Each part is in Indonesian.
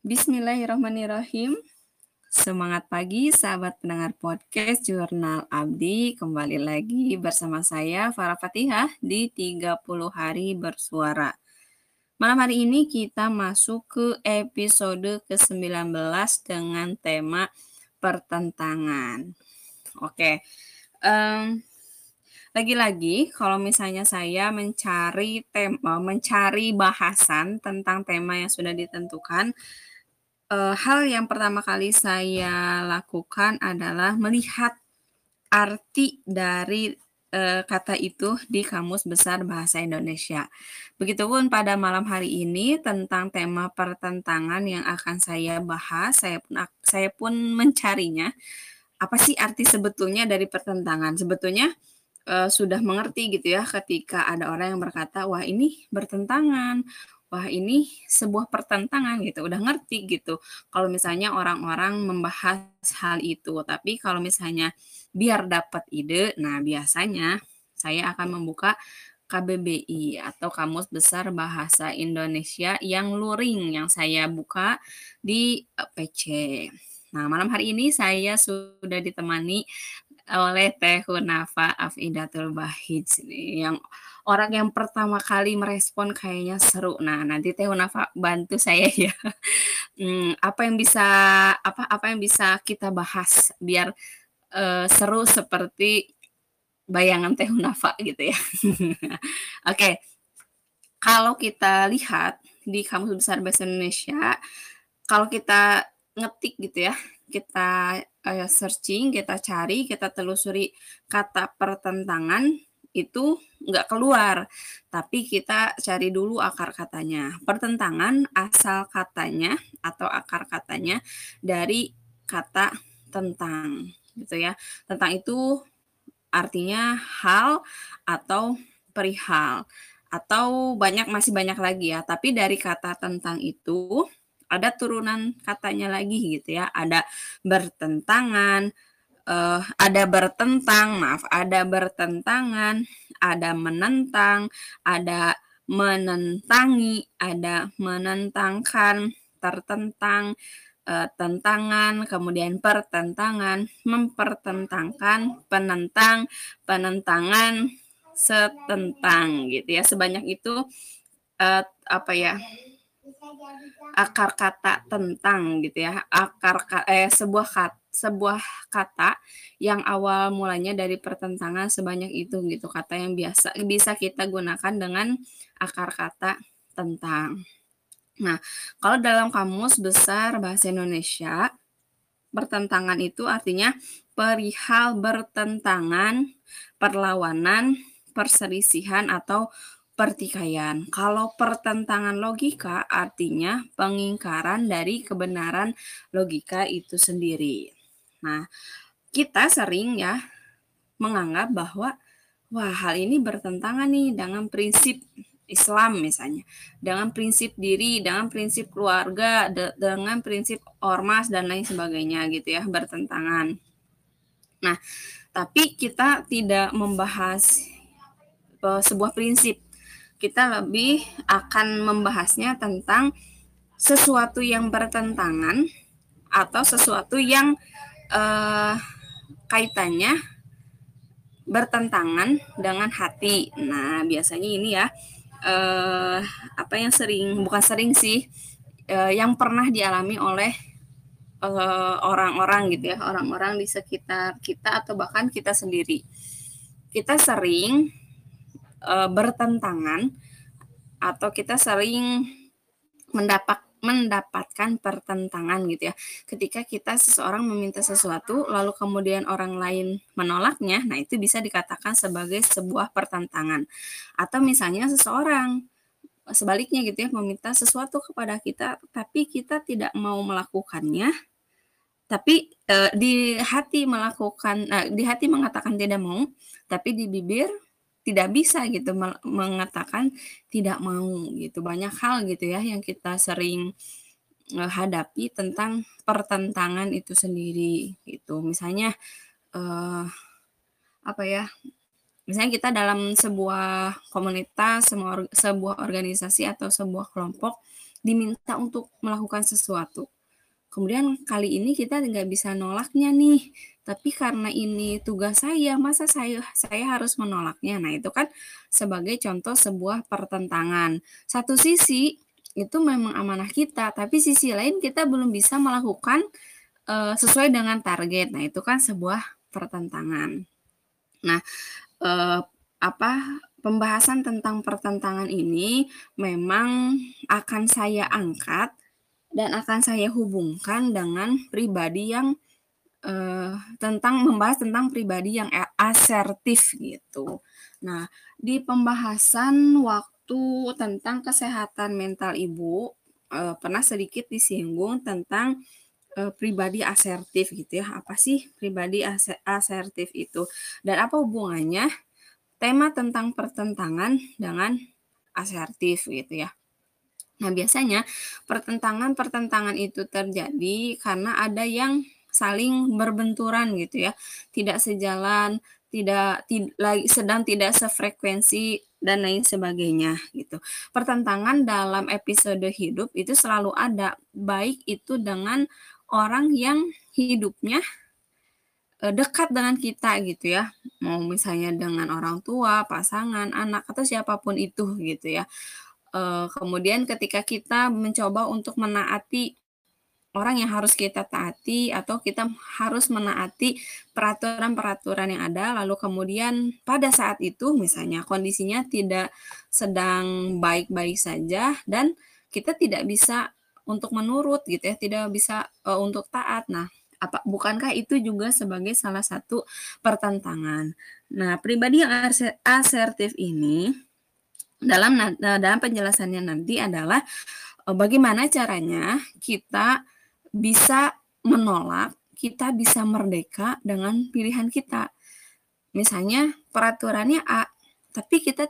Bismillahirrahmanirrahim. Semangat pagi sahabat pendengar podcast Jurnal Abdi. Kembali lagi bersama saya Farah Fatihah di 30 hari bersuara. Malam hari ini kita masuk ke episode ke-19 dengan tema pertentangan. Oke. Lagi-lagi kalau misalnya saya mencari bahasan tentang tema yang sudah ditentukan, hal yang pertama kali saya lakukan adalah melihat arti dari, kata itu di Kamus Besar Bahasa Indonesia. Begitupun pada malam hari ini tentang tema pertentangan yang akan saya bahas, saya pun mencarinya, apa sih arti sebetulnya dari pertentangan. Sebetulnya, sudah mengerti gitu ya ketika ada orang yang berkata, "Wah ini bertentangan, wah ini sebuah pertentangan," gitu, udah ngerti gitu kalau misalnya orang-orang membahas hal itu. Tapi kalau misalnya biar dapat ide, nah biasanya saya akan membuka KBBI atau Kamus Besar Bahasa Indonesia yang luring yang saya buka di, PC. Nah, malam hari ini saya sudah ditemani oleh Teh Hunafa Afidatul Bahij nih, yang orang yang pertama kali merespon kayaknya seru. Nah, nanti Teh Hunafa bantu saya ya, apa yang bisa kita bahas biar, seru seperti bayangan Teh Hunafa gitu ya. Oke, kalau kita lihat di Kamus Besar Bahasa Indonesia, kalau kita ngetik gitu ya, kita, searching, kita cari, kita telusuri kata pertentangan, itu nggak keluar, tapi kita cari dulu akar katanya. Pertentangan asal katanya atau akar katanya dari kata tentang, gitu ya. Tentang itu artinya hal atau perihal, atau masih banyak lagi ya, tapi dari kata tentang itu ada turunan katanya lagi gitu ya, ada bertentangan, ada bertentangan, ada menentang, ada menentangi, ada menentangkan, tertentang, tentangan, kemudian pertentangan, mempertentangkan, penentang, penentangan, setentang gitu ya. Sebanyak itu, apa ya, akar kata tentang gitu ya, sebuah kata yang awal mulanya dari pertentangan sebanyak itu gitu, kata yang bisa kita gunakan dengan akar kata tentang. Nah, kalau dalam Kamus Besar Bahasa Indonesia, pertentangan itu artinya perihal bertentangan, perlawanan, perselisihan, atau pertikaian. Kalau pertentangan logika artinya pengingkaran dari kebenaran logika itu sendiri. Nah, kita sering ya menganggap bahwa wah hal ini bertentangan nih dengan prinsip Islam misalnya, dengan prinsip diri, dengan prinsip keluarga, dengan prinsip ormas dan lain sebagainya gitu ya, bertentangan. Nah, tapi kita tidak membahas sebuah prinsip. Kita lebih akan membahasnya tentang sesuatu yang bertentangan atau sesuatu yang kaitannya bertentangan dengan hati. Nah, biasanya ini ya apa yang bukan sering sih, yang pernah dialami oleh orang-orang gitu ya, orang-orang di sekitar kita atau bahkan kita sendiri. Kita sering bertentangan atau kita sering mendapatkan pertentangan gitu ya. Ketika seseorang meminta sesuatu lalu kemudian orang lain menolaknya, nah itu bisa dikatakan sebagai sebuah pertentangan. Atau misalnya seseorang sebaliknya gitu ya, meminta sesuatu kepada kita tapi kita tidak mau melakukannya, tapi di hati mengatakan tidak mau, tapi di bibir tidak bisa gitu mengatakan tidak mau gitu. Banyak hal gitu ya yang kita sering hadapi tentang pertentangan itu sendiri gitu. Misalnya apa ya? Misalnya kita dalam sebuah komunitas, sebuah organisasi atau sebuah kelompok diminta untuk melakukan sesuatu. Kemudian kali ini kita nggak bisa nolaknya nih, tapi karena ini tugas saya, masa saya harus menolaknya? Nah, itu kan sebagai contoh sebuah pertentangan. Satu sisi itu memang amanah kita, tapi sisi lain kita belum bisa melakukan sesuai dengan target. Nah, itu kan sebuah pertentangan. Nah, pembahasan tentang pertentangan ini memang akan saya angkat dan akan saya hubungkan dengan pribadi yang membahas tentang pribadi yang asertif gitu. Nah, di pembahasan waktu tentang kesehatan mental ibu, pernah sedikit disinggung tentang pribadi asertif gitu ya. Apa sih pribadi asertif itu? Dan apa hubungannya tema tentang pertentangan dengan asertif gitu ya. Nah, biasanya pertentangan-pertentangan itu terjadi karena ada yang saling berbenturan gitu ya, tidak sejalan, sedang tidak sefrekuensi dan lain sebagainya gitu. Pertentangan dalam episode hidup itu selalu ada, baik itu dengan orang yang hidupnya dekat dengan kita gitu ya, mau misalnya dengan orang tua, pasangan, anak, atau siapapun itu gitu ya. Kemudian ketika kita mencoba untuk menaati orang yang harus kita taati atau kita harus menaati peraturan-peraturan yang ada, lalu kemudian pada saat itu misalnya kondisinya tidak sedang baik-baik saja dan kita tidak bisa untuk menurut gitu ya, tidak bisa, untuk taat. Nah, bukankah itu juga sebagai salah satu pertentangan? Nah, pribadi yang asertif ini dalam penjelasannya nanti adalah bagaimana caranya kita bisa menolak, kita bisa merdeka dengan pilihan kita. Misalnya peraturannya A, tapi kita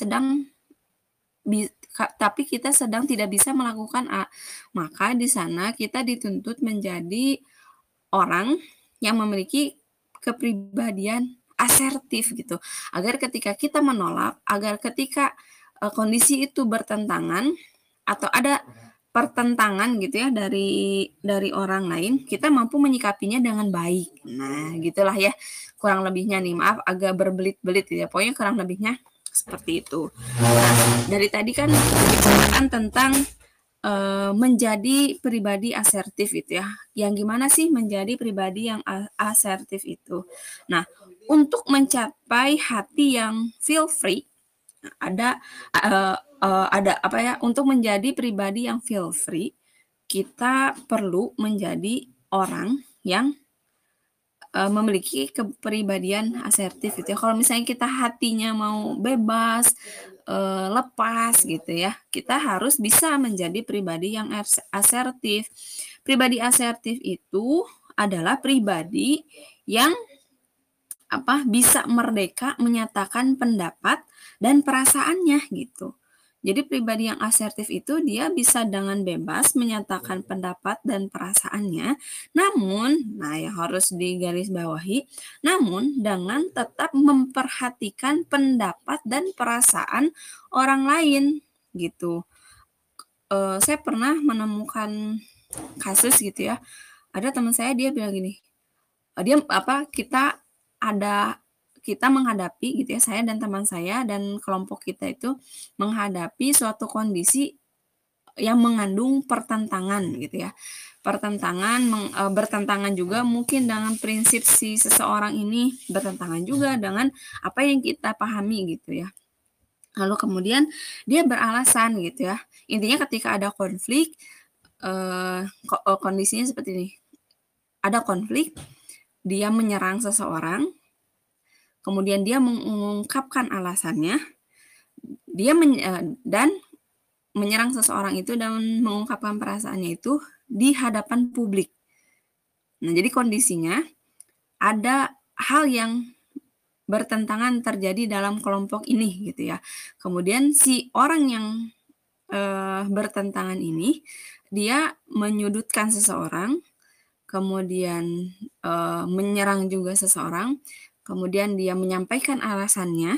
sedang tidak bisa melakukan A. Maka di sana kita dituntut menjadi orang yang memiliki kepribadian asertif gitu. Agar ketika kita menolak, agar ketika kondisi itu bertentangan atau ada pertentangan gitu ya dari orang lain, kita mampu menyikapinya dengan baik. Nah, gitulah ya kurang lebihnya nih. Maaf agak berbelit-belit ya. Pokoknya kurang lebihnya seperti itu. Nah, dari tadi kan pembicaraan tentang menjadi pribadi asertif itu ya. Yang gimana sih menjadi pribadi yang asertif itu? Nah, untuk mencapai hati yang feel free, ada untuk menjadi pribadi yang feel free, kita perlu menjadi orang yang memiliki kepribadian asertif gitu ya. Kalau misalnya kita hatinya mau bebas, lepas gitu ya, kita harus bisa menjadi pribadi yang asertif. Pribadi asertif itu adalah pribadi yang bisa merdeka menyatakan pendapat dan perasaannya gitu. Jadi pribadi yang asertif itu dia bisa dengan bebas menyatakan pendapat dan perasaannya, namun, nah yang harus digarisbawahi, namun dengan tetap memperhatikan pendapat dan perasaan orang lain gitu. Saya pernah menemukan kasus gitu ya, ada teman saya dia bilang gini, kita menghadapi gitu ya, saya dan teman saya dan kelompok kita itu menghadapi suatu kondisi yang mengandung pertentangan gitu ya. Bertentangan juga mungkin dengan prinsip si seseorang ini, bertentangan juga dengan apa yang kita pahami gitu ya. Lalu kemudian dia beralasan gitu ya. Intinya ketika ada konflik, kondisinya seperti ini. Ada konflik, dia menyerang seseorang, kemudian dia mengungkapkan alasannya, dan menyerang seseorang itu dan mengungkapkan perasaannya itu di hadapan publik. Nah, jadi kondisinya ada hal yang bertentangan terjadi dalam kelompok ini gitu ya. Kemudian si orang yang bertentangan ini dia menyudutkan seseorang, kemudian menyerang juga seseorang, kemudian dia menyampaikan alasannya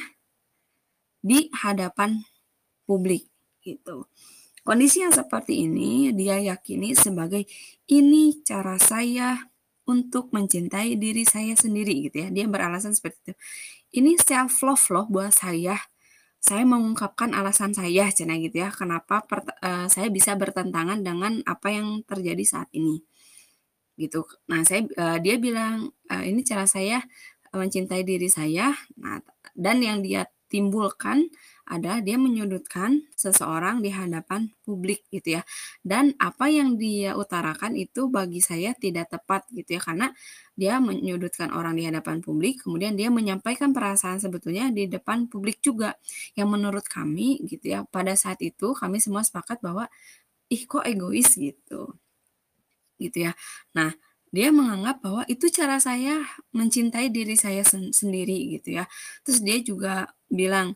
di hadapan publik, gitu. Kondisi yang seperti ini dia yakini sebagai, ini cara saya untuk mencintai diri saya sendiri, gitu ya. Dia beralasan seperti itu. Ini self love loh buat saya mengungkapkan alasan saya, cenah gitu ya, kenapa saya bisa bertentangan dengan apa yang terjadi saat ini, gitu. Nah, dia bilang, ini cara saya mencintai diri saya. Nah, dan yang dia timbulkan adalah dia menyudutkan seseorang di hadapan publik gitu ya. Dan apa yang dia utarakan itu bagi saya tidak tepat gitu ya, karena dia menyudutkan orang di hadapan publik, kemudian dia menyampaikan perasaan sebetulnya di depan publik juga. Yang menurut kami gitu ya, pada saat itu kami semua sepakat bahwa, ih kok egois gitu. Gitu ya. Nah, dia menganggap bahwa itu cara saya mencintai diri saya sendiri gitu ya. Terus dia juga bilang,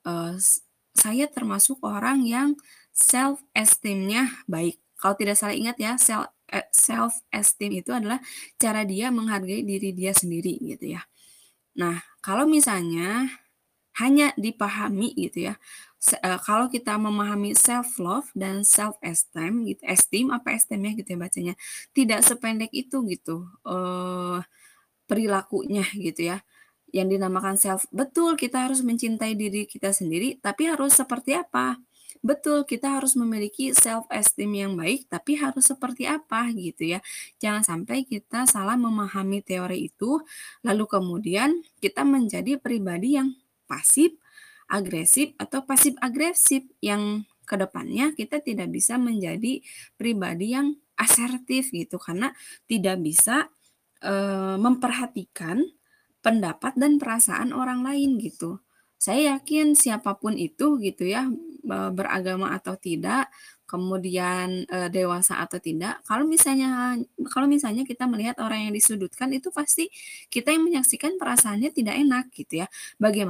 saya termasuk orang yang self esteem-nya baik. Kalau tidak salah ingat ya, self esteem itu adalah cara dia menghargai diri dia sendiri gitu ya. Nah, kalau misalnya hanya dipahami gitu ya, kalau kita memahami self love dan self esteem gitu, esteem apa esteem ya gitu ya bacanya, tidak sependek itu gitu, perilakunya gitu ya, yang dinamakan betul kita harus mencintai diri kita sendiri, tapi harus seperti apa? Betul, kita harus memiliki self esteem yang baik, tapi harus seperti apa gitu ya. Jangan sampai kita salah memahami teori itu, lalu kemudian kita menjadi pribadi yang pasif, agresif, atau pasif agresif yang kedepannya kita tidak bisa menjadi pribadi yang asertif gitu, karena tidak bisa memperhatikan pendapat dan perasaan orang lain gitu. Saya yakin siapapun itu gitu ya, beragama atau tidak, kemudian, dewasa atau tidak, kalau misalnya kita melihat orang yang disudutkan itu pasti kita yang menyaksikan perasaannya tidak enak gitu ya.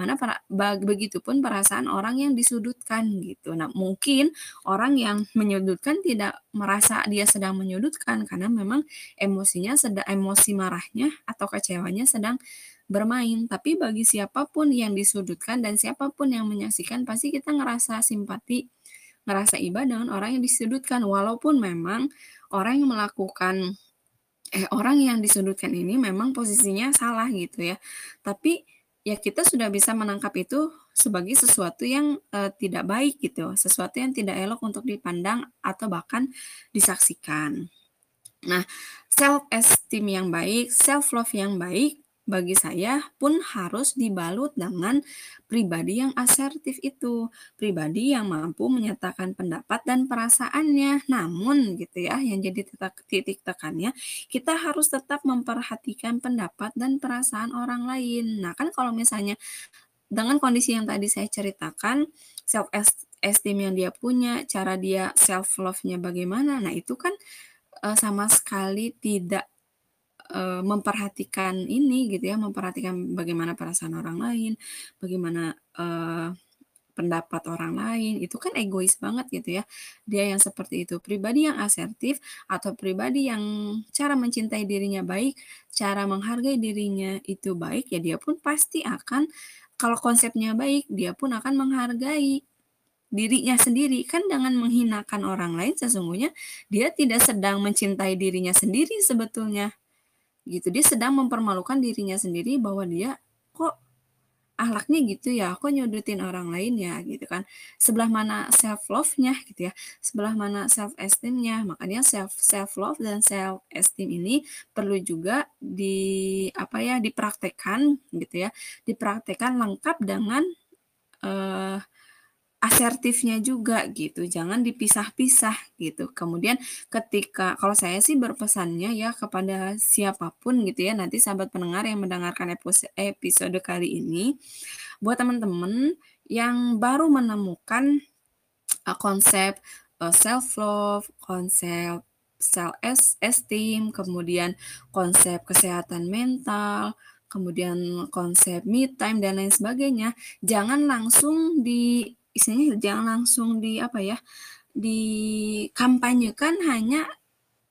Begitupun perasaan orang yang disudutkan gitu. Nah, mungkin orang yang menyudutkan tidak merasa dia sedang menyudutkan karena memang emosi marahnya atau kecewanya sedang bermain. Tapi bagi siapapun yang disudutkan dan siapapun yang menyaksikan pasti kita ngerasa simpati, ngerasa iba dengan orang yang disudutkan. Walaupun memang orang yang melakukan orang yang disudutkan ini memang posisinya salah gitu ya. Tapi ya kita sudah bisa menangkap itu sebagai sesuatu yang, tidak baik gitu, sesuatu yang tidak elok untuk dipandang atau bahkan disaksikan. Nah, self esteem yang baik, self love yang baik bagi saya pun harus dibalut dengan pribadi yang asertif itu, pribadi yang mampu menyatakan pendapat dan perasaannya. Namun gitu ya, yang jadi titik tekannya, kita harus tetap memperhatikan pendapat dan perasaan orang lain. Nah, kan kalau misalnya dengan kondisi yang tadi saya ceritakan, esteem yang dia punya, cara dia self love-nya bagaimana, nah itu kan sama sekali tidak, memperhatikan ini gitu ya, memperhatikan bagaimana perasaan orang lain, bagaimana, pendapat orang lain, itu kan egois banget gitu ya. Dia yang seperti itu, pribadi yang asertif atau pribadi yang cara mencintai dirinya baik, cara menghargai dirinya itu baik, ya dia pun pasti akan kalau konsepnya baik, dia pun akan menghargai dirinya sendiri. Kan dengan menghinakan orang lain sesungguhnya dia tidak sedang mencintai dirinya sendiri sebetulnya, gitu. Dia sedang mempermalukan dirinya sendiri bahwa dia, "Kok akhlaknya gitu ya? Kok nyudutin orang lain ya?" Gitu kan. Sebelah mana self love-nya gitu ya, sebelah mana self esteem-nya. Makanya self love dan self esteem ini perlu juga apa ya, dipraktekkan gitu ya, dipraktekkan lengkap dengan, eee asertifnya juga gitu, jangan dipisah-pisah gitu. Kemudian kalau saya sih berpesannya ya kepada siapapun gitu ya, nanti sahabat pendengar yang mendengarkan episode kali ini, buat teman-teman yang baru menemukan, konsep, self love, konsep esteem, kemudian konsep kesehatan mental, kemudian konsep me time dan lain sebagainya, jangan langsung istilahnya jangan langsung apa ya, dikampanyekan hanya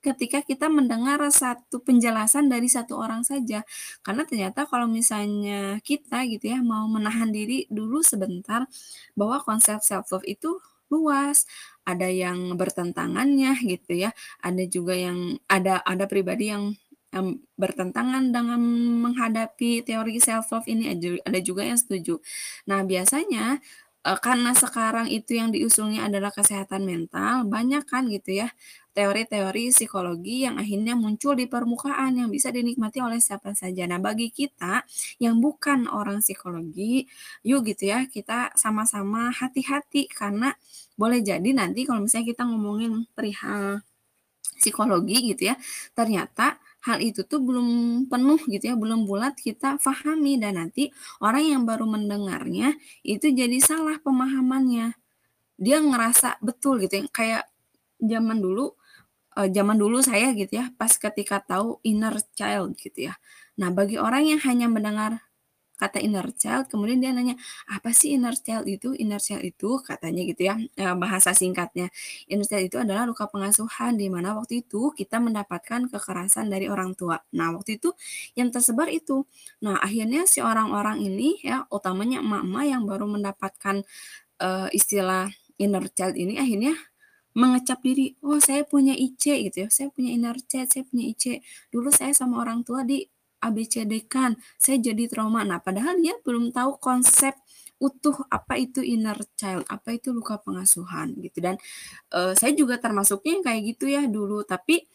ketika kita mendengar satu penjelasan dari satu orang saja. Karena ternyata kalau misalnya kita gitu ya, mau menahan diri dulu sebentar, bahwa konsep self love itu luas, ada yang bertentangannya gitu ya, ada juga yang ada pribadi yang, bertentangan dengan menghadapi teori self love ini, ada juga yang setuju. Nah biasanya, karena sekarang itu yang diusungnya adalah kesehatan mental, banyak kan gitu ya, teori-teori psikologi yang akhirnya muncul di permukaan yang bisa dinikmati oleh siapa saja. Nah bagi kita yang bukan orang psikologi, yuk gitu ya, kita sama-sama hati-hati karena boleh jadi nanti kalau misalnya kita ngomongin perihal psikologi gitu ya, ternyata hal itu tuh belum penuh gitu ya, belum bulat kita pahami dan nanti orang yang baru mendengarnya itu jadi salah pemahamannya. Dia ngerasa betul gitu ya, kayak zaman dulu, zaman dulu saya gitu ya, pas ketika tahu inner child gitu ya. Nah, bagi orang yang hanya mendengar kata inner child, kemudian dia nanya, "Apa sih inner child itu?" Inner child itu katanya gitu ya, bahasa singkatnya, inner child itu adalah luka pengasuhan di mana waktu itu kita mendapatkan kekerasan dari orang tua. Nah, waktu itu yang tersebar itu. Nah, akhirnya si orang-orang ini ya, utamanya emak-emak yang baru mendapatkan, istilah inner child ini akhirnya mengecap diri, "Oh saya punya IC," gitu ya, "saya punya inner child, saya punya IC. Dulu saya sama orang tua di ABCD-kan, saya jadi trauma." Nah, padahal dia belum tahu konsep utuh apa itu inner child, apa itu luka pengasuhan gitu dan, saya juga termasuknya yang kayak gitu ya dulu, tapi,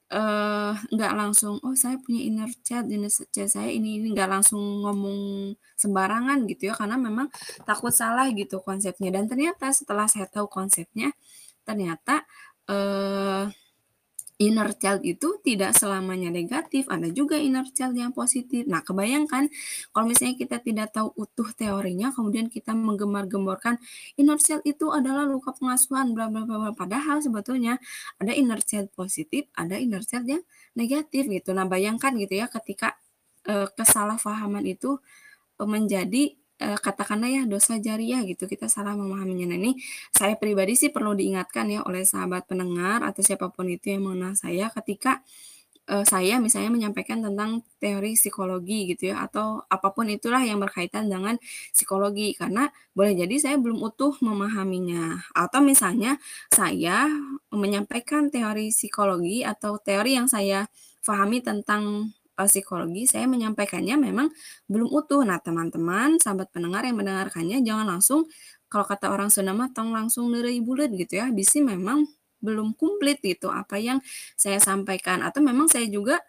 nggak langsung, "Oh saya punya inner child saya ini," nggak langsung ngomong sembarangan gitu ya, karena memang takut salah gitu konsepnya dan ternyata setelah saya tahu konsepnya, ternyata, eee, inner child itu tidak selamanya negatif, ada juga inner child yang positif. Nah, kebayangkan kalau misalnya kita tidak tahu utuh teorinya, kemudian kita menggembar-gemborkan inner child itu adalah luka pengasuhan bla bla bla bla, padahal sebetulnya ada inner child positif, ada inner child yang negatif gitu. Nah, bayangkan gitu ya ketika, kesalahpahaman itu menjadi, katakanlah ya dosa jariah gitu, kita salah memahaminya. Nah ini saya pribadi sih perlu diingatkan ya oleh sahabat pendengar atau siapapun itu yang mengenal saya ketika, saya misalnya menyampaikan tentang teori psikologi gitu ya, atau apapun itulah yang berkaitan dengan psikologi, karena boleh jadi saya belum utuh memahaminya. Atau misalnya saya menyampaikan teori psikologi atau teori yang saya pahami tentang, psikologi, saya menyampaikannya memang belum utuh. Nah, teman-teman, sahabat pendengar yang mendengarkannya jangan langsung, kalau kata orang Sunda mah tong langsung neureuy buleut gitu ya, bisi memang belum komplit gitu apa yang saya sampaikan atau memang saya juga,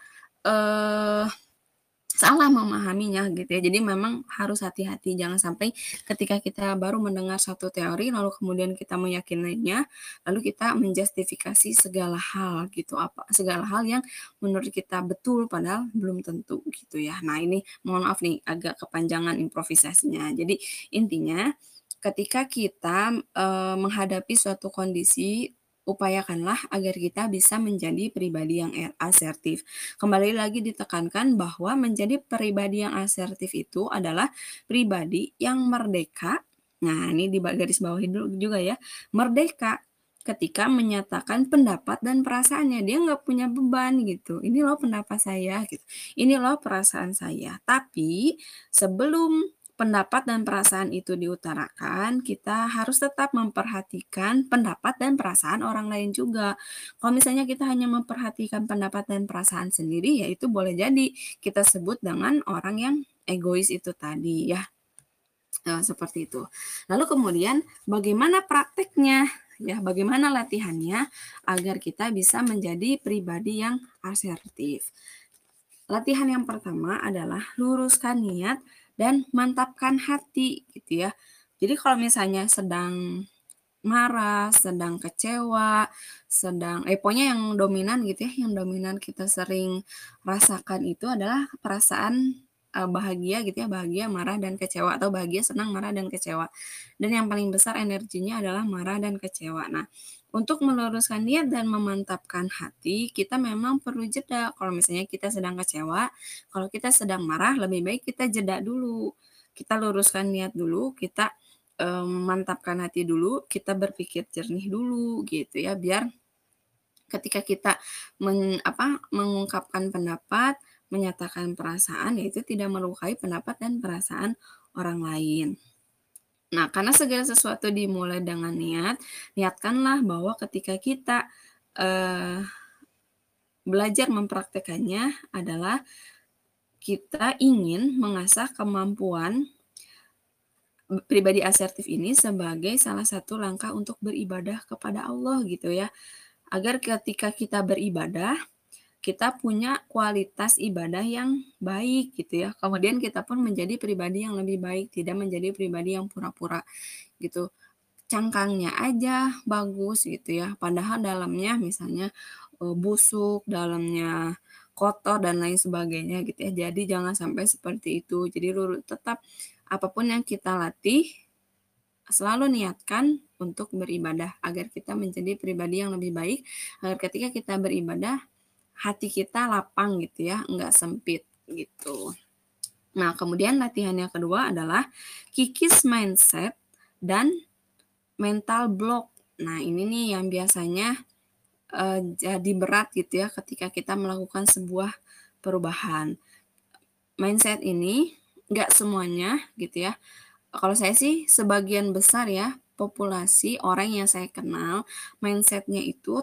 eee, salah memahaminya gitu ya. Jadi memang harus hati-hati, jangan sampai ketika kita baru mendengar satu teori lalu kemudian kita meyakininya, lalu kita menjustifikasi segala hal gitu, segala hal yang menurut kita betul padahal belum tentu gitu ya. Nah ini mohon maaf nih agak kepanjangan improvisasinya. Jadi intinya ketika kita, menghadapi suatu kondisi, upayakanlah agar kita bisa menjadi pribadi yang asertif. Kembali lagi ditekankan bahwa menjadi pribadi yang asertif itu adalah pribadi yang merdeka, nah ini garis bawahi dulu juga ya, merdeka ketika menyatakan pendapat dan perasaannya. Dia nggak punya beban gitu, "Ini loh pendapat saya," gitu, "Ini loh perasaan saya." Tapi sebelum pendapat dan perasaan itu diutarakan, kita harus tetap memperhatikan pendapat dan perasaan orang lain juga. Kalau misalnya kita hanya memperhatikan pendapat dan perasaan sendiri, ya itu boleh jadi kita sebut dengan orang yang egois itu tadi ya, seperti itu. Lalu kemudian bagaimana prakteknya? Ya, bagaimana latihannya agar kita bisa menjadi pribadi yang asertif? Latihan yang pertama adalah luruskan niat dan mantapkan hati gitu ya. Jadi kalau misalnya sedang marah, sedang kecewa, pokoknya yang dominan gitu ya, yang dominan kita sering rasakan itu adalah perasaan, bahagia gitu ya, bahagia, marah, dan kecewa atau bahagia, senang, marah, dan kecewa. Dan yang paling besar energinya adalah marah dan kecewa. Nah, untuk meluruskan niat dan memantapkan hati, kita memang perlu jeda. Kalau misalnya kita sedang kecewa, kalau kita sedang marah, lebih baik kita jeda dulu. Kita luruskan niat dulu, kita mantapkan hati dulu, kita berpikir jernih dulu gitu ya, biar Ketika kita mengungkapkan pendapat, menyatakan perasaan, yaitu tidak melukai pendapat dan perasaan orang lain. Nah, karena segala sesuatu dimulai dengan niat, niatkanlah bahwa ketika kita belajar mempraktekannya adalah kita ingin mengasah kemampuan pribadi asertif ini sebagai salah satu langkah untuk beribadah kepada Allah gitu ya. Agar ketika kita beribadah, kita punya kualitas ibadah yang baik gitu ya. Kemudian kita pun menjadi pribadi yang lebih baik, tidak menjadi pribadi yang pura-pura gitu. Cangkangnya aja bagus gitu ya, padahal dalamnya misalnya busuk, dalamnya kotor dan lain sebagainya gitu ya. Jadi jangan sampai seperti itu. Jadi tetap apapun yang kita latih selalu niatkan untuk beribadah agar kita menjadi pribadi yang lebih baik, agar ketika kita beribadah hati kita lapang gitu ya, enggak sempit gitu. Nah, kemudian latihan yang kedua adalah kikis mindset dan mental block. Nah, ini nih yang biasanya jadi berat gitu ya ketika kita melakukan sebuah perubahan. Mindset ini nggak semuanya gitu ya. Kalau saya sih sebagian besar ya populasi orang yang saya kenal mindsetnya itu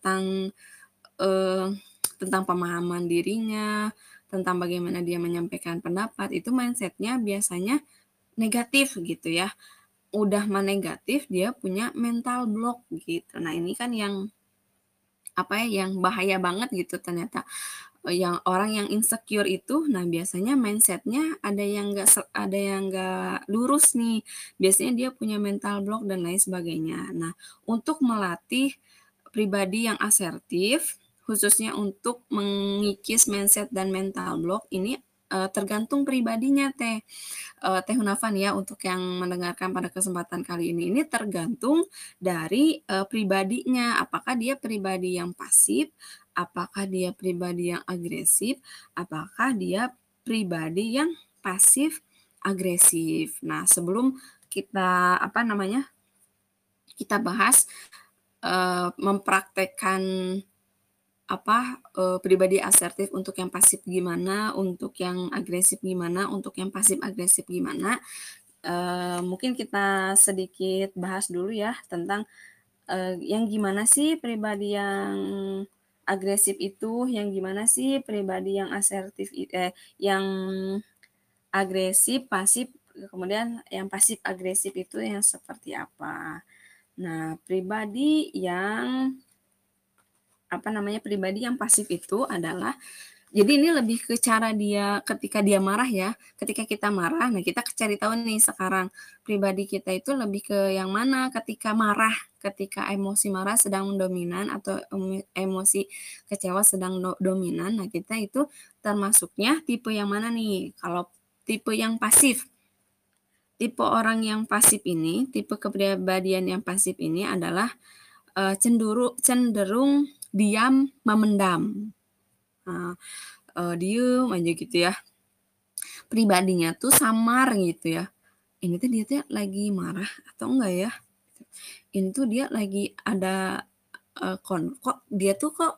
eh, tentang pemahaman dirinya, tentang bagaimana dia menyampaikan pendapat, itu mindsetnya biasanya negatif gitu ya. Udah mah negatif, dia punya mental block gitu. Nah, ini kan yang yang bahaya banget gitu ternyata. Yang orang yang insecure itu, nah biasanya mindsetnya ada yang nggak lurus nih. Biasanya dia punya mental block dan lain sebagainya. Nah, untuk melatih pribadi yang asertif, khususnya untuk mengikis mindset dan mental block ini tergantung pribadinya Teh Hunafan ya untuk yang mendengarkan pada kesempatan kali ini tergantung dari pribadinya. Apakah dia pribadi yang pasif, apakah dia pribadi yang agresif, apakah dia pribadi yang pasif agresif. Nah, sebelum kita kita bahas mempraktekkan pribadi asertif untuk yang pasif gimana, untuk yang agresif gimana, untuk yang pasif agresif gimana. Mungkin kita sedikit bahas dulu ya tentang yang gimana sih pribadi yang agresif itu, yang gimana sih pribadi yang yang agresif, pasif, kemudian yang pasif agresif itu yang seperti apa. Nah, pribadi yang pasif itu adalah jadi ini lebih ke cara dia ketika dia marah ya. Ketika kita marah, nah kita cari tahu nih sekarang pribadi kita itu lebih ke yang mana ketika marah, ketika emosi marah sedang dominan atau emosi kecewa sedang dominan. Nah, kita itu termasuknya tipe yang mana nih? Kalau tipe yang pasif. Tipe orang yang pasif ini, tipe kepribadian yang pasif ini adalah cenderung diam memendam. Nah, diem aja gitu ya. Pribadinya tuh samar gitu ya. Ini tuh dia tuh lagi marah atau enggak ya? Ini tuh dia lagi ada kok dia tuh kok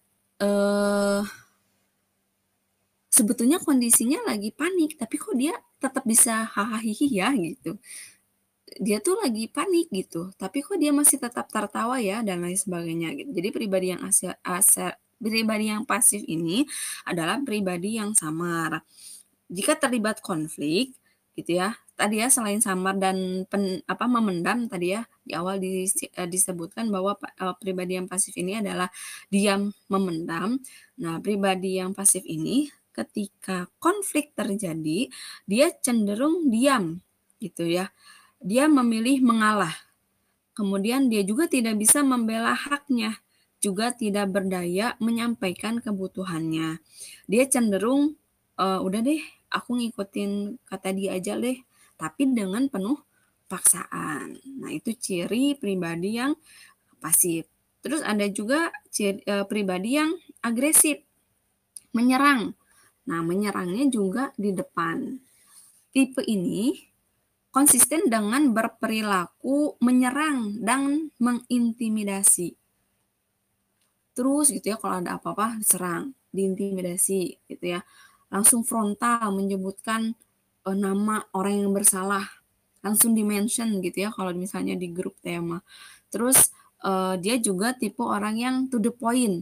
sebetulnya kondisinya lagi panik, tapi kok dia tetap bisa hahaha ya gitu. Dia tuh lagi panik gitu, tapi kok dia masih tetap tertawa ya dan lain sebagainya gitu. Jadi pribadi yang pasif ini adalah pribadi yang samar. Jika terlibat konflik gitu ya, tadi ya selain samar dan memendam tadi ya di awal disebutkan bahwa pribadi yang pasif ini adalah diam memendam. Nah, pribadi yang pasif ini ketika konflik terjadi, dia cenderung diam gitu ya. Dia memilih mengalah. Kemudian dia juga tidak bisa membela haknya, juga tidak berdaya menyampaikan kebutuhannya. Dia cenderung udah deh, aku ngikutin kata dia aja deh, tapi dengan penuh paksaan. Nah, itu ciri pribadi yang pasif. Terus ada juga pribadi yang agresif, menyerang. Nah, menyerangnya juga di depan. Tipe ini konsisten dengan berperilaku menyerang dan mengintimidasi. Terus gitu ya kalau ada apa-apa diserang, diintimidasi gitu ya. Langsung frontal menyebutkan nama orang yang bersalah, langsung di-mention gitu ya kalau misalnya di grup tema. Terus dia juga tipe orang yang to the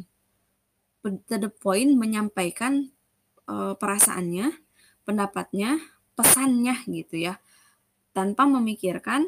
point menyampaikan perasaannya, pendapatnya, pesannya gitu ya, tanpa memikirkan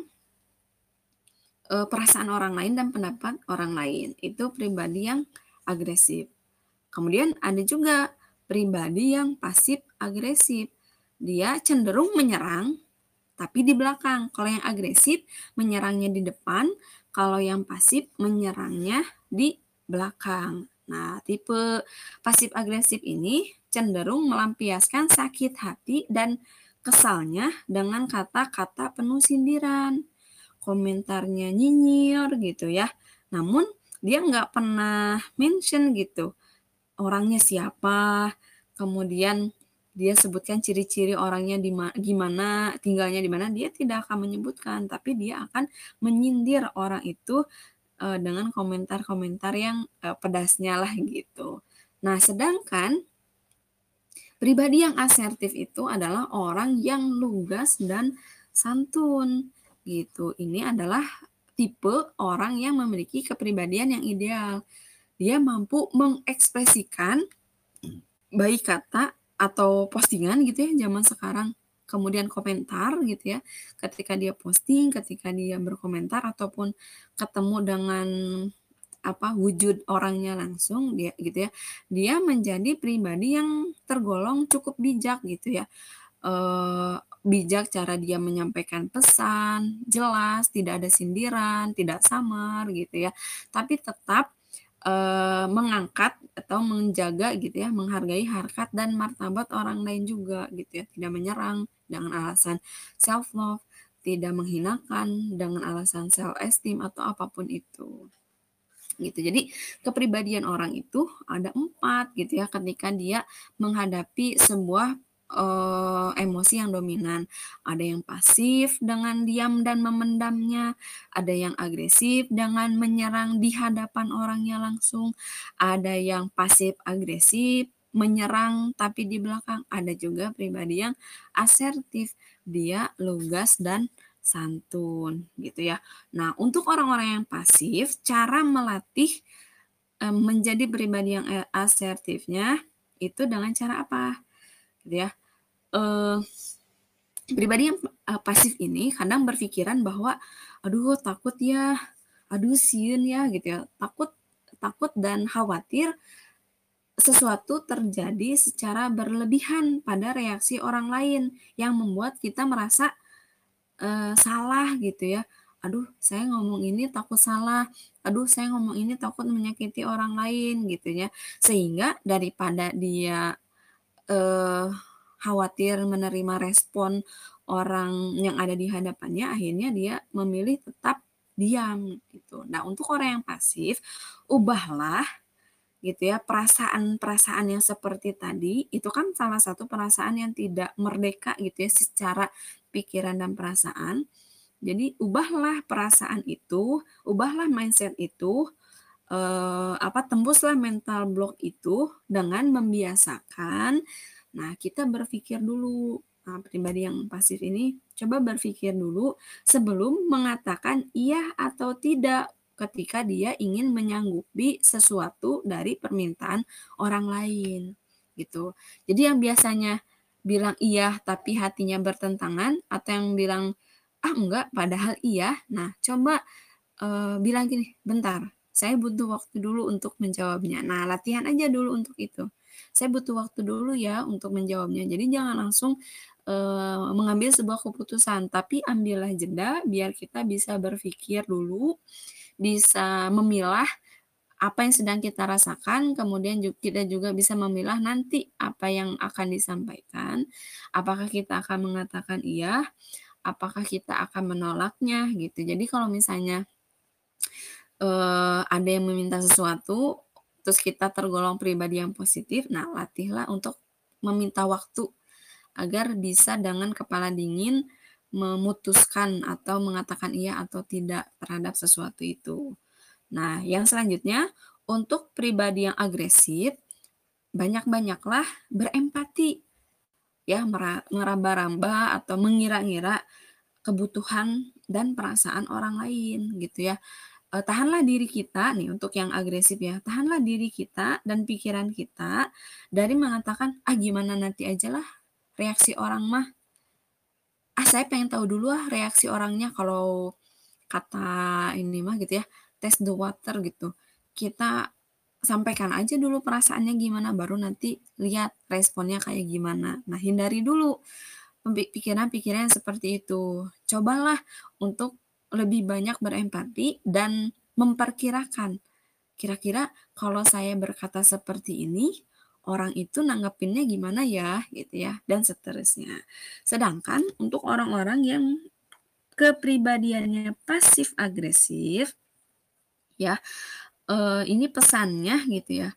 perasaan orang lain dan pendapat orang lain. Itu pribadi yang agresif. Kemudian ada juga pribadi yang pasif agresif. Dia cenderung menyerang tapi di belakang. Kalau yang agresif menyerangnya di depan, kalau yang pasif menyerangnya di belakang. Nah, tipe pasif agresif ini cenderung melampiaskan sakit hati dan kesalnya dengan kata-kata penuh sindiran, komentarnya nyinyir gitu ya. Namun dia nggak pernah mention gitu orangnya siapa, kemudian dia sebutkan ciri-ciri orangnya gimana, tinggalnya di mana, dia tidak akan menyebutkan, tapi dia akan menyindir orang itu dengan komentar-komentar yang pedasnya lah gitu. Nah, sedangkan pribadi yang asertif itu adalah orang yang lugas dan santun gitu. Ini adalah tipe orang yang memiliki kepribadian yang ideal. Dia mampu mengekspresikan baik kata atau postingan gitu ya zaman sekarang, kemudian komentar gitu ya, ketika dia posting, ketika dia berkomentar ataupun ketemu dengan wujud orangnya langsung dia gitu ya, dia menjadi pribadi yang tergolong cukup bijak gitu ya. Bijak cara dia menyampaikan pesan, jelas, tidak ada sindiran, tidak samar gitu ya, tapi tetap mengangkat atau menjaga gitu ya, menghargai harkat dan martabat orang lain juga gitu ya, tidak menyerang dengan alasan self love, tidak menghinakan dengan alasan self esteem atau apapun itu. Gitu. Jadi kepribadian orang itu ada 4 gitu ya ketika dia menghadapi sebuah emosi yang dominan. Ada yang pasif dengan diam dan memendamnya, ada yang agresif dengan menyerang di hadapan orangnya langsung, ada yang pasif agresif menyerang tapi di belakang, ada juga pribadi yang asertif, dia lugas dan santun gitu ya. Nah, untuk orang-orang yang pasif, cara melatih menjadi pribadi yang asertifnya itu dengan cara apa? Gitu ya. Pribadi yang pasif ini kadang berpikiran bahwa, aduh takut ya, aduh sieun ya gitu ya. Takut dan khawatir sesuatu terjadi secara berlebihan pada reaksi orang lain yang membuat kita merasa salah gitu ya. Aduh, saya ngomong ini takut salah. Aduh, saya ngomong ini takut menyakiti orang lain gitu ya. Sehingga daripada dia eh, khawatir menerima respon orang yang ada di hadapannya, akhirnya dia memilih tetap diam gitu. Nah, untuk orang yang pasif, ubahlah gitu ya perasaan-perasaan yang seperti tadi itu kan salah satu perasaan yang tidak merdeka gitu ya secara pikiran dan perasaan. Jadi ubahlah perasaan itu, ubahlah mindset itu, tembuslah mental block itu dengan membiasakan. Nah, kita berpikir dulu. Nah, pribadi yang pasif ini coba berpikir dulu sebelum mengatakan iya atau tidak ketika dia ingin menyanggupi sesuatu dari permintaan orang lain gitu. Jadi yang biasanya bilang iya tapi hatinya bertentangan atau yang bilang ah enggak padahal iya. Nah, coba bilang gini, bentar, saya butuh waktu dulu untuk menjawabnya. Nah, latihan aja dulu untuk itu. Saya butuh waktu dulu ya untuk menjawabnya. Jadi jangan langsung mengambil sebuah keputusan, tapi ambillah jeda biar kita bisa berpikir dulu, bisa memilah apa yang sedang kita rasakan, kemudian kita juga bisa memilah nanti apa yang akan disampaikan. Apakah kita akan mengatakan iya, apakah kita akan menolaknya gitu. Jadi kalau misalnya ada yang meminta sesuatu, terus kita tergolong pribadi yang positif, nah latihlah untuk meminta waktu agar bisa dengan kepala dingin memutuskan atau mengatakan iya atau tidak terhadap sesuatu itu. Nah, yang selanjutnya, Untuk pribadi yang agresif, banyak-banyaklah berempati, ya, ngeraba-raba atau mengira-ngira kebutuhan dan perasaan orang lain, gitu ya. Tahanlah diri kita nih untuk yang agresif ya, tahanlah diri kita dan pikiran kita dari mengatakan, "Ah, gimana nanti ajalah reaksi orang mah. Ah, saya pengen tahu dulu ah reaksi orangnya," kalau kata ini mah gitu ya, test the water gitu. Kita sampaikan aja dulu perasaannya gimana, baru nanti lihat responnya kayak gimana. Nah, hindari dulu pikiran-pikiran seperti itu. Cobalah untuk lebih banyak berempati dan memperkirakan, kira-kira kalau saya berkata seperti ini, orang itu nanggepinnya gimana ya, gitu ya, dan seterusnya. Sedangkan untuk orang-orang yang kepribadiannya pasif agresif, ya, ini pesannya gitu ya,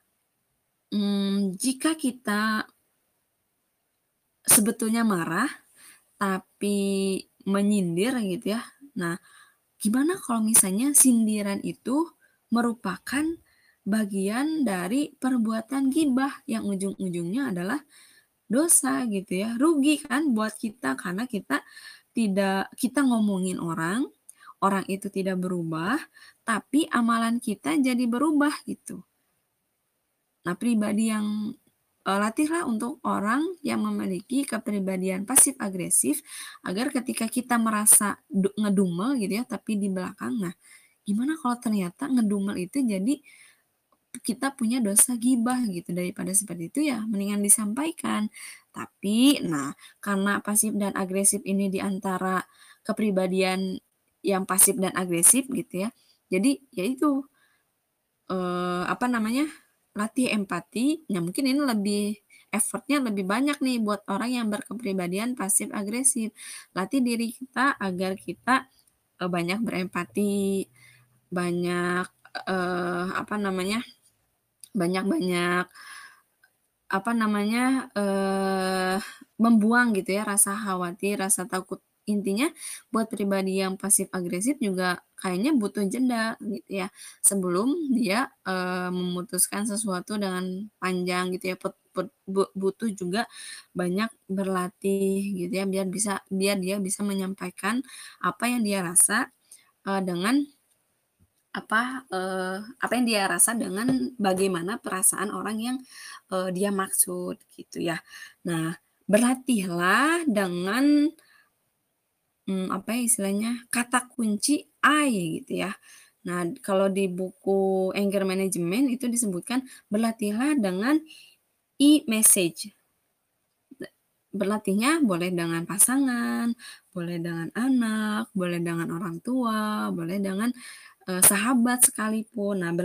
jika kita sebetulnya marah, tapi menyindir gitu ya, nah, gimana kalau misalnya sindiran itu merupakan bagian dari perbuatan gibah yang ujung-ujungnya adalah dosa gitu ya, rugi kan buat kita karena kita ngomongin orang, orang itu tidak berubah, tapi amalan kita jadi berubah gitu. Nah, pribadi yang latihlah untuk orang yang memiliki kepribadian pasif agresif agar ketika kita merasa ngedumel gitu ya, tapi di belakang, nah, gimana kalau ternyata ngedumel itu jadi kita punya dosa gibah gitu, daripada seperti itu ya mendingan disampaikan. Tapi, nah, karena pasif dan agresif ini di antara kepribadian yang pasif dan agresif gitu ya, jadi ya itu, apa namanya, latih empati, ya mungkin ini effortnya lebih banyak nih buat orang yang berkepribadian pasif agresif. Latih diri kita agar kita, banyak berempati, banyak, apa namanya, banyak-banyak, apa namanya, membuang gitu ya rasa khawatir, rasa takut. Intinya buat pribadi yang pasif agresif juga kayaknya butuh jeda gitu ya, sebelum dia, memutuskan sesuatu dengan panjang gitu ya, butuh juga banyak berlatih gitu ya, biar dia bisa menyampaikan apa yang dia rasa, dengan apa yang dia rasa dengan bagaimana perasaan orang yang, dia maksud gitu ya. Nah, berlatihlah dengan, apa ya istilahnya, kata kunci I gitu ya. Nah, kalau di buku Anger Management itu disebutkan berlatihlah dengan I-message. Berlatihnya boleh dengan pasangan, boleh dengan anak, boleh dengan orang tua, boleh dengan, sahabat sekalipun. Nah,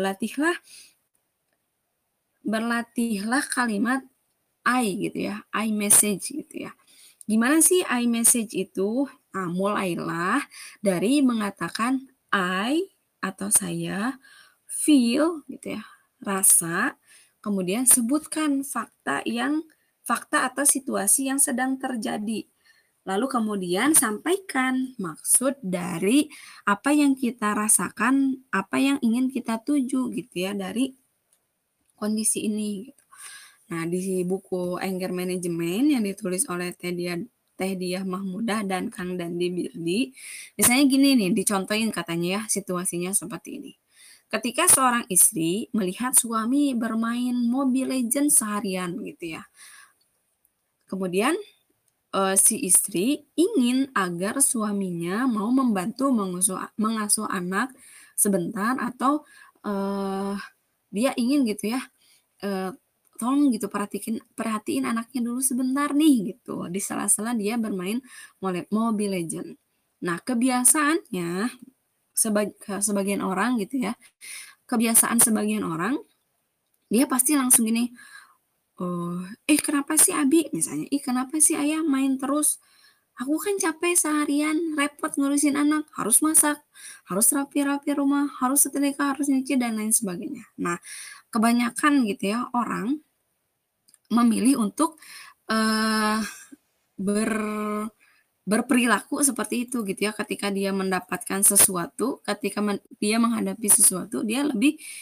berlatihlah kalimat I gitu ya, I message gitu ya. Gimana sih I message itu? Nah, mulailah dari mengatakan I atau saya feel gitu ya, rasa, kemudian sebutkan fakta atau situasi yang sedang terjadi. Lalu kemudian sampaikan maksud dari apa yang kita rasakan, apa yang ingin kita tuju gitu ya dari kondisi ini gitu. Nah, di buku Anger Management yang ditulis oleh Teh Diah Mahmudah dan Kang Dandi Birdi, misalnya gini nih, dicontohin katanya ya situasinya seperti ini. Ketika seorang istri melihat suami bermain Mobile Legends seharian gitu ya. Kemudian si istri ingin agar suaminya mau membantu mengasuh anak sebentar atau, eee, dia ingin gitu ya, eee, tolong gitu perhatiin anaknya dulu sebentar nih gitu, di sela-sela dia bermain Mobile Legends. Nah, kebiasaannya sebagian orang gitu ya, kebiasaan sebagian orang, dia pasti langsung gini, kenapa sih Abi?" Misalnya, "Ih, kenapa sih Ayah main terus? Aku kan capek seharian, repot ngurusin anak, harus masak, harus rapi-rapi rumah, harus setrika, harus nyuci, dan lain sebagainya." Nah, kebanyakan gitu ya orang memilih untuk, eee, ber berperilaku seperti itu gitu ya, ketika dia mendapatkan sesuatu, ketika dia menghadapi sesuatu, dia lebih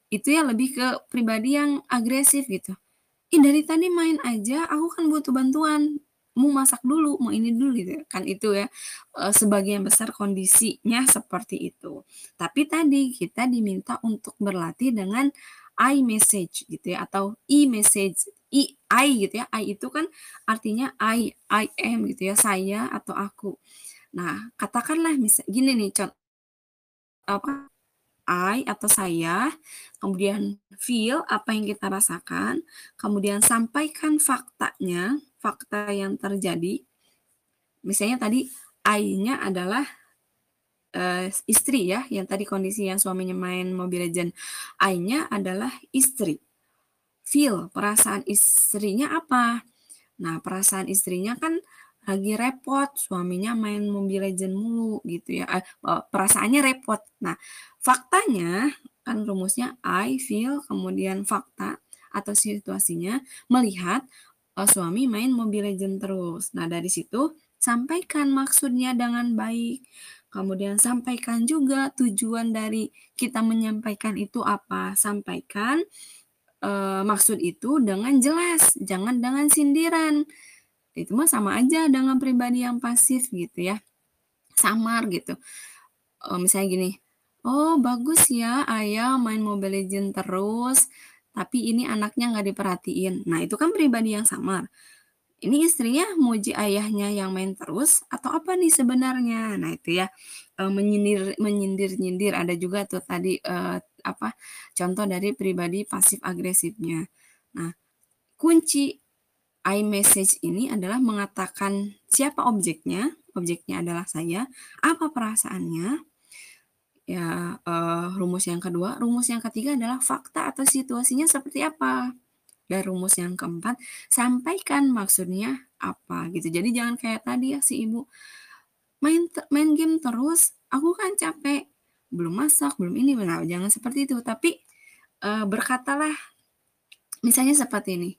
itu ya lebih ke pribadi yang agresif gitu. "Ih, dari tadi main aja, aku kan butuh bantuan, mau masak dulu, mau ini dulu," gitu kan itu ya, sebagian besar kondisinya seperti itu. Tapi tadi kita diminta untuk berlatih dengan I message gitu ya atau message, I gitu ya, I itu kan artinya I am gitu ya, saya atau aku. Nah, katakanlah gini nih apa, I atau saya, kemudian feel apa yang kita rasakan, kemudian sampaikan faktanya, fakta yang terjadi. Misalnya tadi I-nya adalah istri ya, yang tadi kondisi yang suaminya main Mobile Legends. I-nya adalah istri. Feel, perasaan istrinya apa? Nah, perasaan istrinya kan lagi repot, suaminya main Mobile Legends mulu gitu ya, perasaannya repot. Nah, faktanya kan rumusnya I feel kemudian fakta atau situasinya melihat, suami main Mobile Legends terus. Nah, dari situ sampaikan maksudnya dengan baik, kemudian sampaikan juga tujuan dari kita menyampaikan itu apa, sampaikan, maksud itu dengan jelas, jangan dengan sindiran. Itu mah sama aja dengan pribadi yang pasif gitu ya, samar gitu. Misalnya gini, "Oh bagus ya ayah main Mobile Legends terus, tapi ini anaknya nggak diperhatiin." Nah itu kan pribadi yang samar. Ini istrinya muji ayahnya yang main terus atau apa nih sebenarnya? Nah itu ya, menyindir-nyindir, ada juga tuh tadi, apa, contoh dari pribadi pasif agresifnya. Nah, kunci iMessage ini adalah mengatakan siapa objeknya adalah saya, apa perasaannya, ya, rumus yang kedua. Rumus yang ketiga adalah fakta atau situasinya seperti apa. Dan rumus yang keempat, sampaikan maksudnya apa gitu. Jadi jangan kayak tadi ya si ibu, main game terus, aku kan capek, belum masak, belum ini, nah jangan seperti itu. Tapi, berkatalah misalnya seperti ini,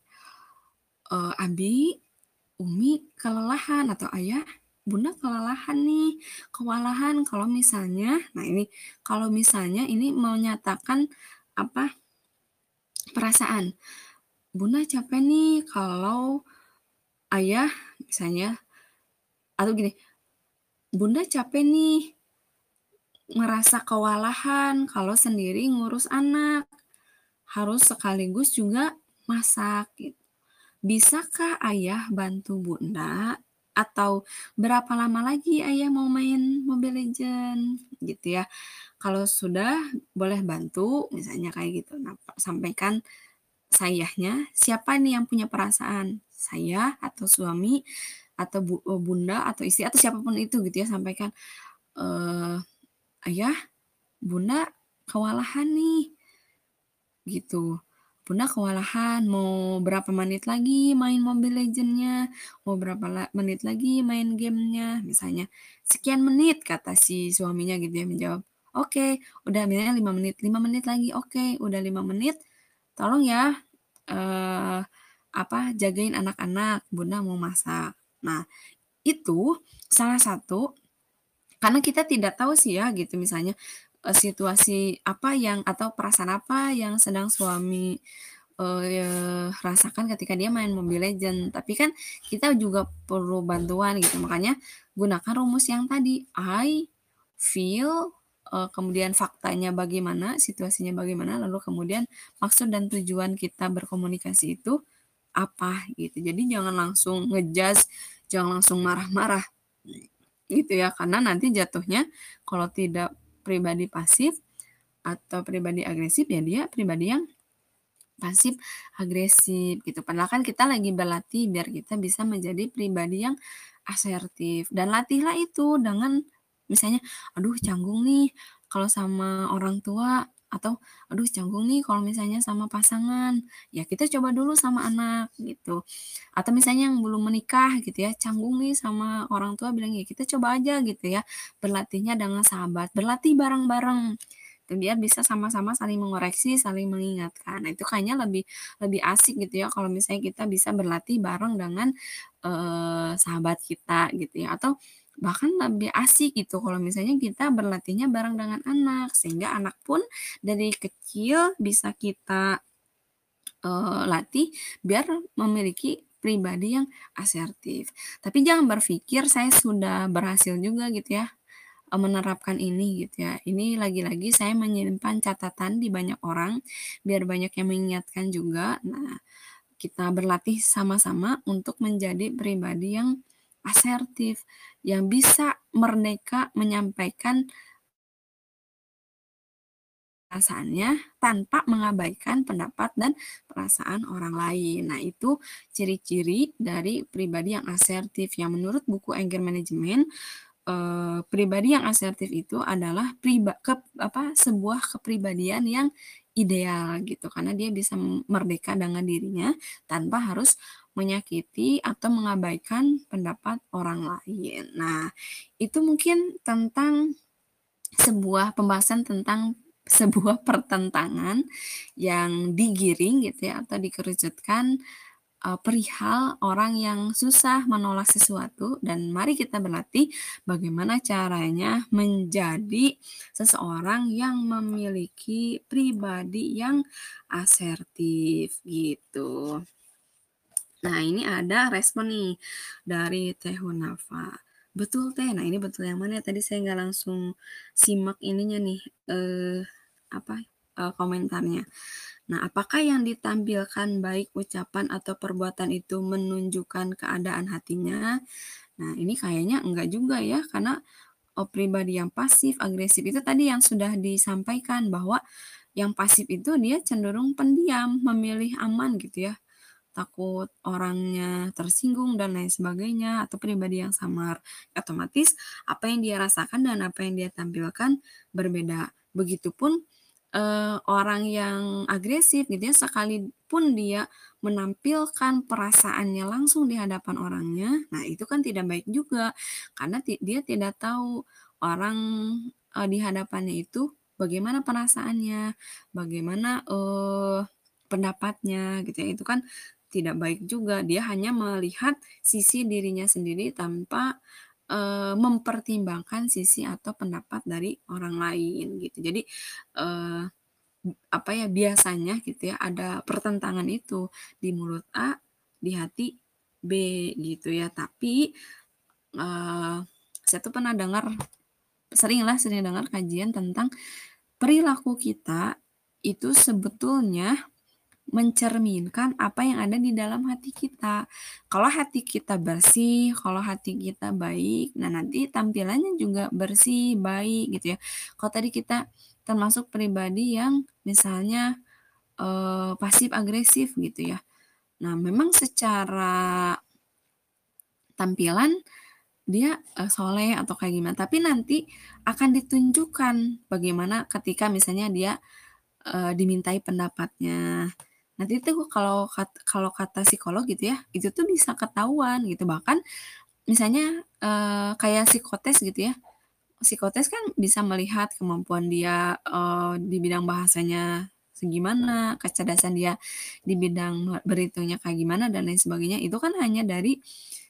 "Abi, Umi kelelahan," atau "Ayah, Bunda kelelahan nih." Kewalahan kalau misalnya nah ini, kalau misalnya ini menyatakan apa, perasaan. "Bunda capek nih kalau Ayah," misalnya, atau gini, "Bunda capek nih ngerasa kewalahan kalau sendiri ngurus anak, harus sekaligus juga masak," gitu. "Bisakah Ayah bantu Bunda? Atau berapa lama lagi Ayah mau main Mobile Legends?" Gitu ya. Kalau sudah boleh bantu, misalnya kayak gitu. Nah, sampaikan sayahnya, siapa nih yang punya perasaan? Saya atau suami atau bunda atau istri atau siapapun itu gitu ya, sampaikan, eee, "Ayah, Bunda kewalahan nih," gitu. "Bunda kewalahan, mau berapa menit lagi main Mobile Legends-nya, mau berapa menit lagi main game-nya," misalnya, "Sekian menit," kata si suaminya gitu ya, menjawab, "Oke," udah misalnya 5 menit, "5 menit lagi," "Oke," udah 5 menit, "Tolong ya, eee, apa, jagain anak-anak, Bunda mau masak." Nah, itu salah satu karena kita tidak tahu sih ya gitu misalnya, situasi apa yang atau perasaan apa yang sedang suami, rasakan ketika dia main Mobile Legends. Tapi kan kita juga perlu bantuan gitu, makanya gunakan rumus yang tadi, I, feel, kemudian faktanya bagaimana, situasinya bagaimana, lalu kemudian maksud dan tujuan kita berkomunikasi itu apa gitu. Jadi jangan langsung jangan langsung marah-marah gitu ya, karena nanti jatuhnya kalau tidak pribadi pasif atau pribadi agresif, ya dia pribadi yang pasif agresif gitu. Padahal kan kita lagi berlatih biar kita bisa menjadi pribadi yang asertif dan latihlah itu dengan misalnya, "Aduh canggung nih kalau sama orang tua," atau, "Aduh canggung nih kalau misalnya sama pasangan." Ya kita coba dulu sama anak gitu. Atau misalnya yang belum menikah gitu ya, canggung nih sama orang tua bilang, "Ya kita coba aja," gitu ya, berlatihnya dengan sahabat, berlatih bareng-bareng. Biar bisa sama-sama saling mengoreksi, saling mengingatkan. Nah, itu kayaknya lebih lebih asik gitu ya kalau misalnya kita bisa berlatih bareng dengan, sahabat kita gitu ya, atau bahkan lebih asik gitu kalau misalnya kita berlatihnya bareng dengan anak, sehingga anak pun dari kecil bisa kita latih biar memiliki pribadi yang asertif. Tapi jangan berpikir saya sudah berhasil juga gitu ya, menerapkan ini gitu ya. Ini lagi-lagi saya menyimpan catatan di banyak orang, biar banyak yang mengingatkan juga. Nah, kita berlatih sama-sama untuk menjadi pribadi yang asertif, yang bisa merdeka menyampaikan perasaannya tanpa mengabaikan pendapat dan perasaan orang lain. Nah, itu ciri-ciri dari pribadi yang asertif yang menurut buku Anger Management, pribadi yang asertif itu adalah sebuah kepribadian yang ideal gitu, karena dia bisa merdeka dengan dirinya tanpa harus menyakiti atau mengabaikan pendapat orang lain. Nah, itu mungkin tentang pembahasan tentang sebuah pertentangan yang digiring gitu ya atau dikerucutkan, perihal orang yang susah menolak sesuatu dan mari kita berlatih bagaimana caranya menjadi seseorang yang memiliki pribadi yang asertif gitu. Nah, ini ada respon nih dari Teh Hunafa. "Betul Teh." Nah, ini betul yang mana ya? Tadi saya nggak langsung simak ininya nih, komentarnya. Nah, apakah yang ditampilkan baik ucapan atau perbuatan itu menunjukkan keadaan hatinya? Nah, ini kayaknya enggak juga ya, karena, pribadi yang pasif, agresif itu tadi yang sudah disampaikan bahwa yang pasif itu dia cenderung pendiam, memilih aman gitu ya. Takut orangnya tersinggung dan lain sebagainya, atau pribadi yang samar. Otomatis apa yang dia rasakan dan apa yang dia tampilkan berbeda. Begitupun, orang yang agresif gitu ya, sekalipun dia menampilkan perasaannya langsung di hadapan orangnya, nah itu kan tidak baik juga, karena dia tidak tahu orang, di hadapannya itu bagaimana perasaannya, bagaimana, pendapatnya gitu ya, itu kan tidak baik juga. Dia hanya melihat sisi dirinya sendiri tanpa, mempertimbangkan sisi atau pendapat dari orang lain gitu. Jadi, eee, biasanya gitu ya ada pertentangan itu di mulut A, di hati B gitu ya. Tapi, eee, saya tuh sering dengar kajian tentang perilaku kita itu sebetulnya mencerminkan apa yang ada di dalam hati kita. Kalau hati kita bersih, kalau hati kita baik, nah nanti tampilannya juga bersih, baik gitu ya. Kalau tadi kita termasuk pribadi yang misalnya, pasif agresif gitu ya. Nah memang secara tampilan dia, soleh atau kayak gimana, tapi nanti akan ditunjukkan bagaimana ketika misalnya dia dimintai pendapatnya. Nanti tuh kalau kata psikolog gitu ya, itu tuh bisa ketahuan gitu. Bahkan misalnya, kayak psikotes gitu ya, psikotes kan bisa melihat kemampuan dia, di bidang bahasanya segimana, kecerdasan dia di bidang berhitungnya kayak gimana dan lain sebagainya. Itu kan hanya dari,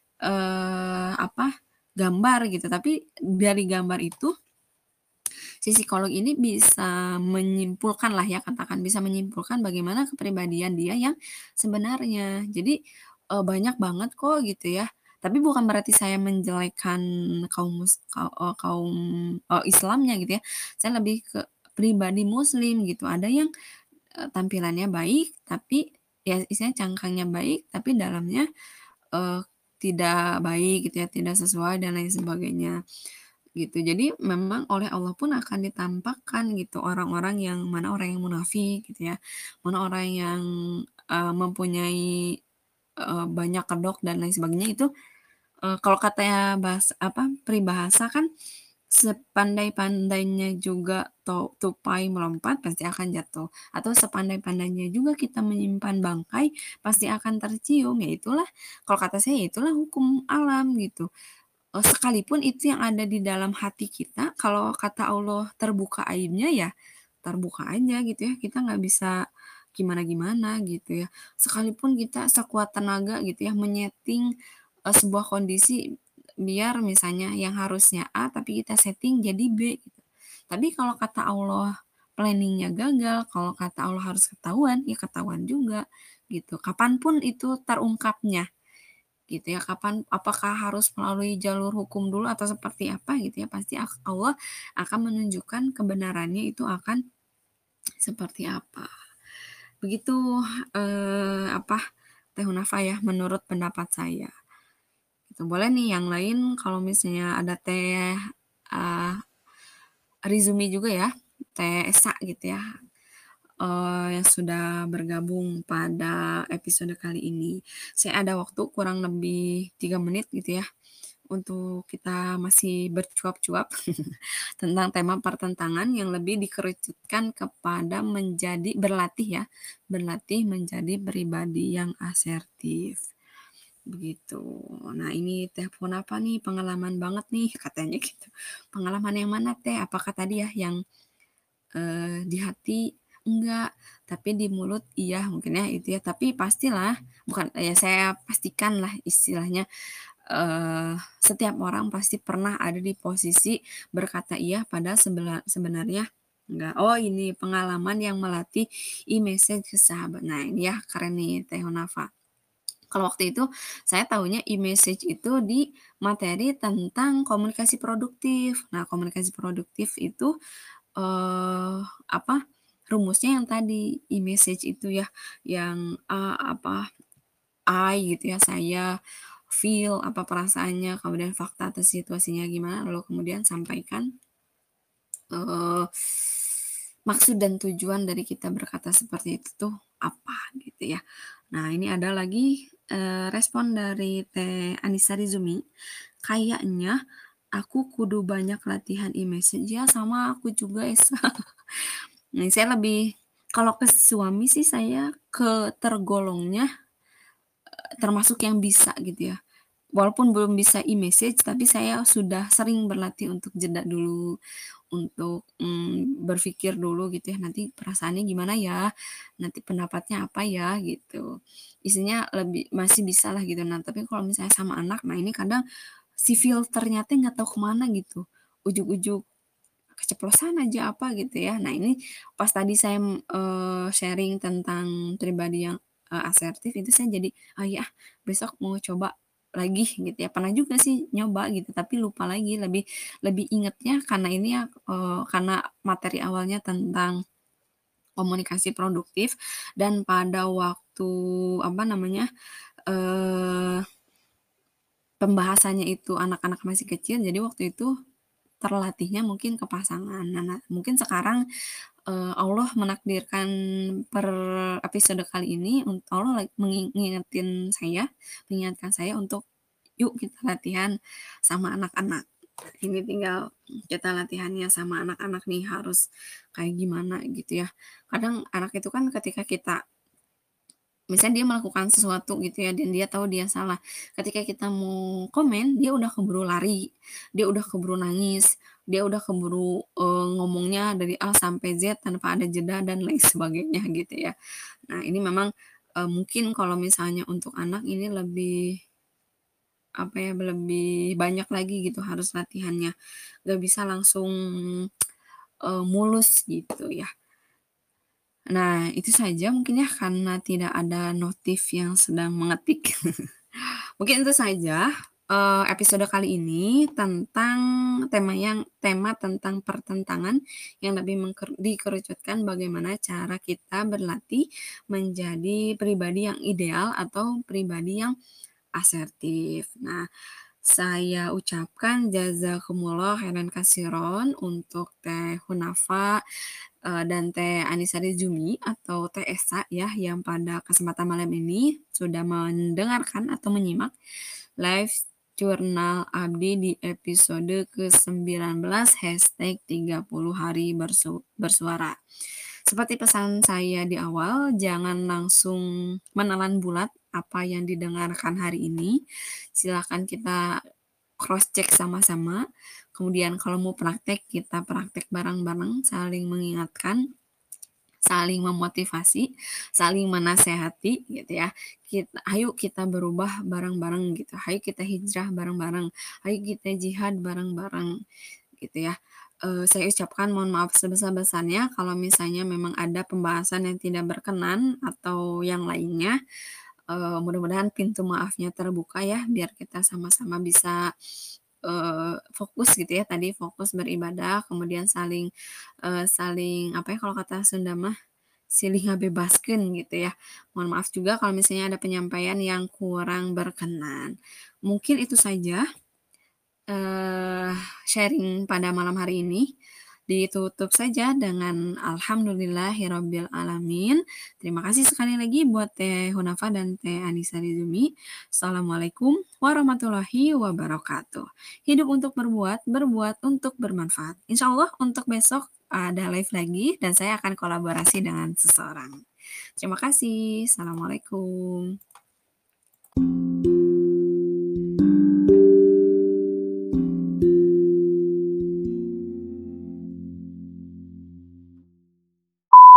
gambar gitu. Tapi dari gambar itu si psikolog ini bisa menyimpulkan lah ya, katakan bisa menyimpulkan bagaimana kepribadian dia yang sebenarnya. Jadi, banyak banget kok gitu ya. Tapi bukan berarti saya menjelekkan kaum, Islamnya gitu ya. Saya lebih ke pribadi muslim gitu. Ada yang, tampilannya baik, tapi ya istilahnya cangkangnya baik, tapi dalamnya, eee, tidak baik gitu ya, tidak sesuai dan lain sebagainya. Gitu. Jadi memang oleh Allah pun akan ditampakkan gitu orang-orang yang mana orang yang munafik gitu ya, mana orang yang, mempunyai, banyak kedok dan lain sebagainya itu, kalau katanya peribahasa kan, sepandai-pandainya juga tupai melompat pasti akan jatuh, atau sepandai-pandainya juga kita menyimpan bangkai pasti akan tercium, ya itulah kalau kata saya ya itulah hukum alam gitu. Sekalipun itu yang ada di dalam hati kita, kalau kata Allah terbuka aibnya, ya terbuka aja gitu ya, kita nggak bisa gimana-gimana gitu ya. Sekalipun kita sekuat tenaga gitu ya, menyeting, sebuah kondisi biar misalnya yang harusnya A tapi kita setting jadi B gitu. Tapi kalau kata Allah planning-nya gagal, kalau kata Allah harus ketahuan, ya ketahuan juga gitu. Kapanpun itu terungkapnya gitu ya, apakah harus melalui jalur hukum dulu atau seperti apa gitu ya, pasti Allah akan menunjukkan kebenarannya itu akan seperti apa. Begitu, apa, Teh Hunafa ya, menurut pendapat saya. Gitu. Boleh nih yang lain kalau misalnya ada Teh, eee, Rizumi juga ya, Teh Esa gitu ya, yang sudah bergabung pada episode kali ini. Saya ada waktu kurang lebih 3 menit gitu ya, untuk kita masih bercuap-cuap tentang tema pertentangan yang lebih dikerucutkan kepada berlatih menjadi pribadi yang asertif, begitu. Nah ini telepon apa nih, pengalaman banget nih katanya gitu. Pengalaman yang mana Teh? Apakah tadi ya yang, di hati enggak, tapi di mulut iya mungkin ya itu ya, tapi pastilah bukan ya saya pastikan lah istilahnya, setiap orang pasti pernah ada di posisi berkata iya padahal sebenarnya enggak. Oh ini pengalaman yang melatih e-message ke sahabat. Nah ini ya keren nih Teh Honafa. Kalau waktu itu saya tahunya e-message itu di materi tentang komunikasi produktif. Nah komunikasi produktif itu, apa, rumusnya yang tadi e-message itu ya, yang apa, I gitu ya, saya, feel apa perasaannya, kemudian fakta atau situasinya gimana, lalu kemudian sampaikan, eee, maksud dan tujuan dari kita berkata seperti itu tuh apa gitu ya. Nah ini ada lagi, respon dari Teh Anissa Rizumi, "Kayaknya aku kudu banyak latihan e-message." Ya sama aku juga Esa. Nah saya lebih kalau ke suami sih saya tergolongnya termasuk yang bisa gitu ya. Walaupun belum bisa e-message, tapi saya sudah sering berlatih untuk jeda dulu, untuk, berpikir dulu gitu ya, nanti perasaannya gimana ya, nanti pendapatnya apa ya, gitu. Isinya masih bisa lah gitu. Nah, tapi kalau misalnya sama anak, nah ini kadang si filternya teh nggak tahu kemana gitu, ujug-ujug keceplosan aja apa gitu ya. Nah ini pas tadi saya, sharing tentang pribadi yang, asertif itu saya jadi, "Oh ya besok mau coba lagi," gitu ya. Pernah juga sih nyoba gitu tapi lupa lagi, lebih lebih ingetnya karena ini ya, karena materi awalnya tentang komunikasi produktif dan pada waktu, apa namanya, eee, pembahasannya itu anak-anak masih kecil, jadi waktu itu terlatihnya mungkin ke pasangan. Nah, mungkin sekarang, Allah menakdirkan per episode kali ini Allah mengingatkan saya untuk, "Yuk kita latihan sama anak-anak." Ini tinggal kita latihannya sama anak-anak nih harus kayak gimana gitu ya. Kadang anak itu kan ketika kita misalnya dia melakukan sesuatu gitu ya dan dia tahu dia salah. Ketika kita mau komen, dia udah keburu lari, dia udah keburu nangis, dia udah keburu, ngomongnya dari A sampai Z tanpa ada jeda dan lain sebagainya gitu ya. Nah ini memang, mungkin kalau misalnya untuk anak ini lebih, apa ya, lebih banyak lagi gitu harus latihannya. Nggak bisa langsung, mulus gitu ya. Nah, itu saja mungkin ya karena tidak ada notif yang sedang mengetik. Mungkin itu saja, episode kali ini tentang tema tentang pertentangan yang lebih dikerucutkan bagaimana cara kita berlatih menjadi pribadi yang ideal atau pribadi yang asertif. Nah, saya ucapkan jazakumullah khairan katsiron untuk Teh Hunafa dan Teh Anisa Jumi atau Teh Esa ya yang pada kesempatan malam ini sudah mendengarkan atau menyimak live jurnal Abdi di episode ke-19 #30 hari bersuara. Seperti pesan saya di awal, jangan langsung menelan bulat apa yang didengarkan hari ini. Silakan kita cross check sama-sama. Kemudian kalau mau praktek, kita praktek bareng-bareng, saling mengingatkan. saling memotivasi, saling menasehati gitu ya. Ayo kita berubah bareng-bareng gitu, ayo kita hijrah bareng-bareng, ayo kita jihad bareng-bareng gitu ya. Saya ucapkan mohon maaf sebesar-besarnya kalau misalnya memang ada pembahasan yang tidak berkenan atau yang lainnya. Mudah-mudahan pintu maafnya terbuka ya, biar kita sama-sama bisa, fokus gitu ya, tadi fokus beribadah, kemudian saling, saling apa ya, kalau kata Sunda mah, silih ngabebaskeun gitu ya. Mohon maaf juga kalau misalnya ada penyampaian yang kurang berkenan. Mungkin itu saja eee, sharing pada malam hari ini. Ditutup saja dengan alhamdulillahirabbil alamin. Terima kasih sekali lagi buat Teh Hunafa dan Teh Anissa Rizumi. Assalamualaikum warahmatullahi wabarakatuh. Hidup untuk berbuat, berbuat untuk bermanfaat. Insya Allah untuk besok ada live lagi dan saya akan kolaborasi dengan seseorang. Terima kasih. Assalamualaikum.